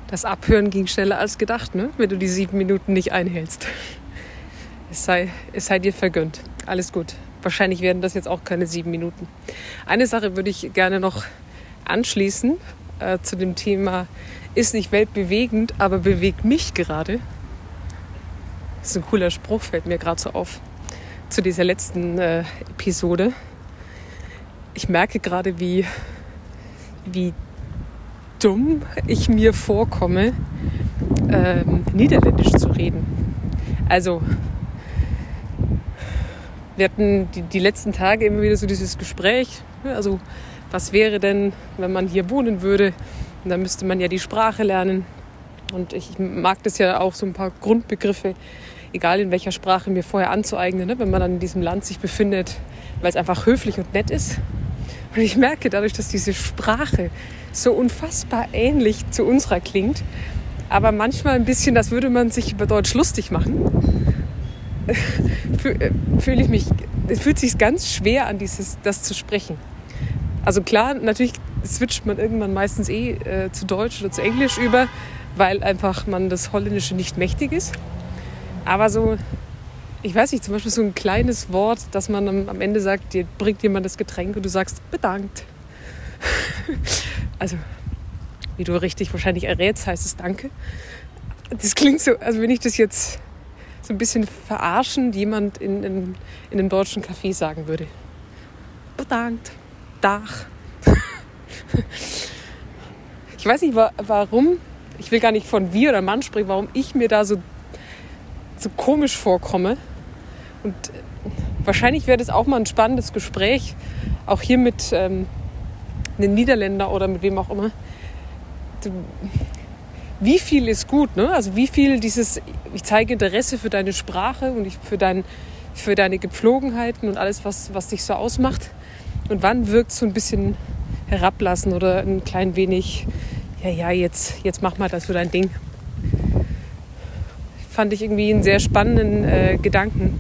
Das Abhören ging schneller als gedacht, ne? Wenn du die 7 Minuten nicht einhältst. Es sei dir vergönnt. Alles gut. Wahrscheinlich werden das jetzt auch keine 7 Minuten. Eine Sache würde ich gerne noch anschließen zu dem Thema, ist nicht weltbewegend, aber bewegt mich gerade. Das ist ein cooler Spruch, fällt mir gerade so auf. Zu dieser letzten Episode. Ich merke gerade, wie dumm ich mir vorkomme, Niederländisch zu reden. Also, wir hatten die letzten Tage immer wieder so dieses Gespräch. Also, was wäre denn, wenn man hier wohnen würde? Und dann müsste man ja die Sprache lernen. Und ich mag das ja auch, so ein paar Grundbegriffe, egal in welcher Sprache, mir vorher anzueignen, ne? Wenn man dann in diesem Land sich befindet, weil es einfach höflich und nett ist. Und ich merke dadurch, dass diese Sprache so unfassbar ähnlich zu unserer klingt, aber manchmal ein bisschen, als würde man sich über Deutsch lustig machen, es fühlt sich ganz schwer an, das zu sprechen. Also klar, natürlich switcht man irgendwann meistens zu Deutsch oder zu Englisch über, weil einfach man das Holländische nicht mächtig ist. Aber so, ich weiß nicht, zum Beispiel so ein kleines Wort, dass man am Ende sagt, dir bringt jemand das Getränk und du sagst, bedankt. Also, wie du richtig wahrscheinlich errätst, heißt es Danke. Das klingt so, also wenn ich das jetzt so ein bisschen verarschend jemand in einem deutschen Café sagen würde. Bedankt. Dach. Ich weiß nicht, warum, ich will gar nicht von wir oder Mann sprechen, warum ich mir da so komisch vorkomme. Und wahrscheinlich wäre das auch mal ein spannendes Gespräch, auch hier mit einem Niederländer oder mit wem auch immer. Wie viel ist gut, ne? Also wie viel ich zeige Interesse für deine Sprache und für deine Gepflogenheiten und alles, was dich so ausmacht. Und wann wirkt es so ein bisschen herablassen oder ein klein wenig, ja, jetzt mach mal das für dein Ding. Fand ich irgendwie einen sehr spannenden Gedanken.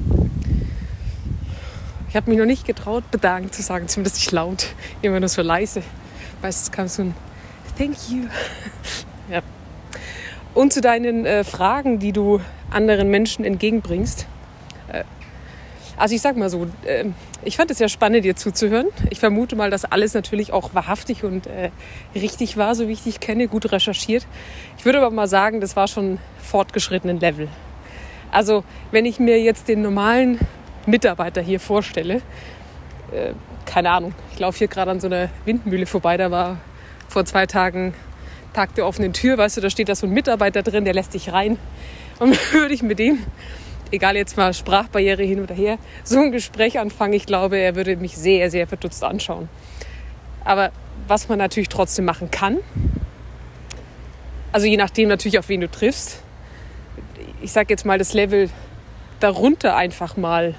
Ich habe mich noch nicht getraut, bedankt zu sagen, zumindest nicht laut, immer nur so leise. Meistens kam so ein Thank you. Ja. Und zu deinen Fragen, die du anderen Menschen entgegenbringst. Also ich sag mal so, ich fand es ja spannend, dir zuzuhören. Ich vermute mal, dass alles natürlich auch wahrhaftig und richtig war, so wie ich dich kenne, gut recherchiert. Ich würde aber mal sagen, das war schon fortgeschrittenen Level. Also wenn ich mir jetzt den normalen Mitarbeiter hier vorstelle, keine Ahnung, ich laufe hier gerade an so einer Windmühle vorbei, da war vor 2 Tagen Tag der offenen Tür, weißt du, da steht da so ein Mitarbeiter drin, der lässt dich rein. Und würde ich mit dem, egal jetzt mal Sprachbarriere hin oder her, so ein Gespräch anfangen, ich glaube, er würde mich sehr, sehr verdutzt anschauen. Aber was man natürlich trotzdem machen kann, also je nachdem natürlich, auf wen du triffst, ich sage jetzt mal das Level darunter einfach mal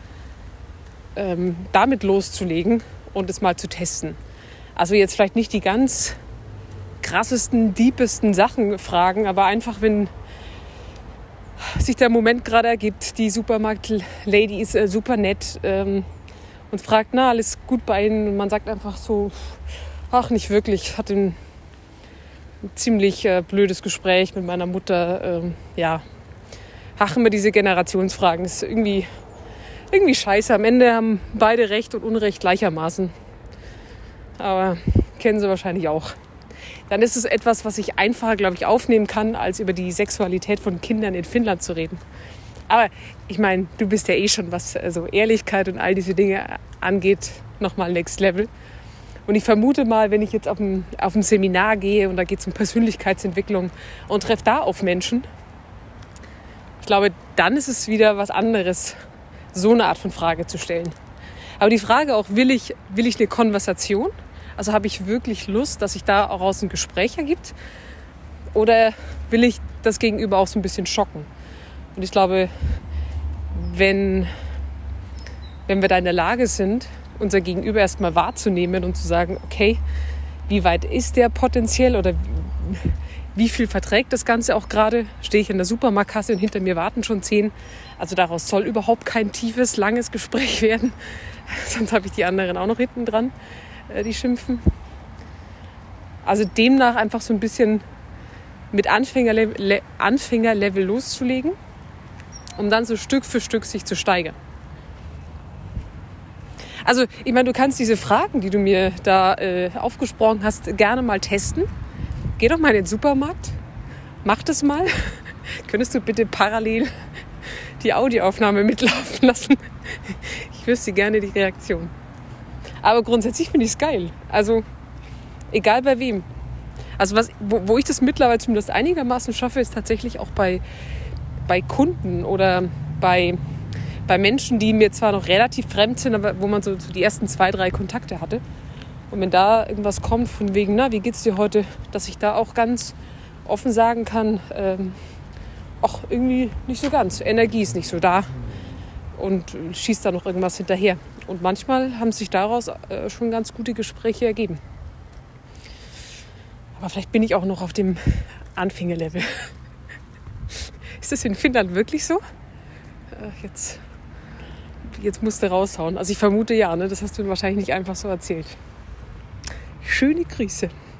damit loszulegen und es mal zu testen. Also jetzt vielleicht nicht die ganz krassesten, deepesten Sachen fragen, aber einfach, wenn sich der Moment gerade ergibt, die Supermarkt-Lady ist super nett und fragt, na, alles gut bei Ihnen? Und man sagt einfach so, ach, nicht wirklich, ich hatte ein ziemlich blödes Gespräch mit meiner Mutter. Ach, immer diese Generationsfragen, das ist irgendwie scheiße. Am Ende haben beide Recht und Unrecht gleichermaßen. Aber kennen Sie wahrscheinlich auch. Dann ist es etwas, was ich einfacher, glaube ich, aufnehmen kann, als über die Sexualität von Kindern in Finnland zu reden. Aber ich meine, du bist ja schon, was also Ehrlichkeit und all diese Dinge angeht, nochmal next level. Und ich vermute mal, wenn ich jetzt auf ein Seminar gehe und da geht es um Persönlichkeitsentwicklung und treffe da auf Menschen, ich glaube, dann ist es wieder was anderes, so eine Art von Frage zu stellen. Aber die Frage auch, will ich eine Konversation? Also habe ich wirklich Lust, dass sich da auch aus ein Gespräch ergibt? Oder will ich das Gegenüber auch so ein bisschen schocken? Und ich glaube, wenn wir da in der Lage sind, unser Gegenüber erstmal wahrzunehmen und zu sagen, okay, wie weit ist der potenziell oder wie viel verträgt das Ganze auch gerade? Stehe ich in der Supermarktkasse und hinter mir warten schon 10. Also daraus soll überhaupt kein tiefes, langes Gespräch werden. Sonst habe ich die anderen auch noch hinten dran, die schimpfen. Also demnach einfach so ein bisschen mit Anfängerlevel loszulegen, um dann so Stück für Stück sich zu steigern. Also, ich meine, du kannst diese Fragen, die du mir da aufgesprochen hast, gerne mal testen. Geh doch mal in den Supermarkt, mach das mal. Könntest du bitte parallel die Audioaufnahme mitlaufen lassen? Ich wüsste gerne die Reaktion. Aber grundsätzlich finde ich es geil. Also, egal bei wem. Also, wo ich das mittlerweile zumindest einigermaßen schaffe, ist tatsächlich auch bei Kunden oder bei Menschen, die mir zwar noch relativ fremd sind, aber wo man so die ersten 2, 3 Kontakte hatte. Und wenn da irgendwas kommt von wegen, na, wie geht's dir heute, dass ich da auch ganz offen sagen kann, ach, irgendwie nicht so ganz. Energie ist nicht so da und schießt da noch irgendwas hinterher. Und manchmal haben sich daraus schon ganz gute Gespräche ergeben. Aber vielleicht bin ich auch noch auf dem Anfängerlevel. Ist das in Finnland wirklich so? Jetzt musst du raushauen. Also ich vermute ja, ne? Das hast du wahrscheinlich nicht einfach so erzählt. Schöne Grüße.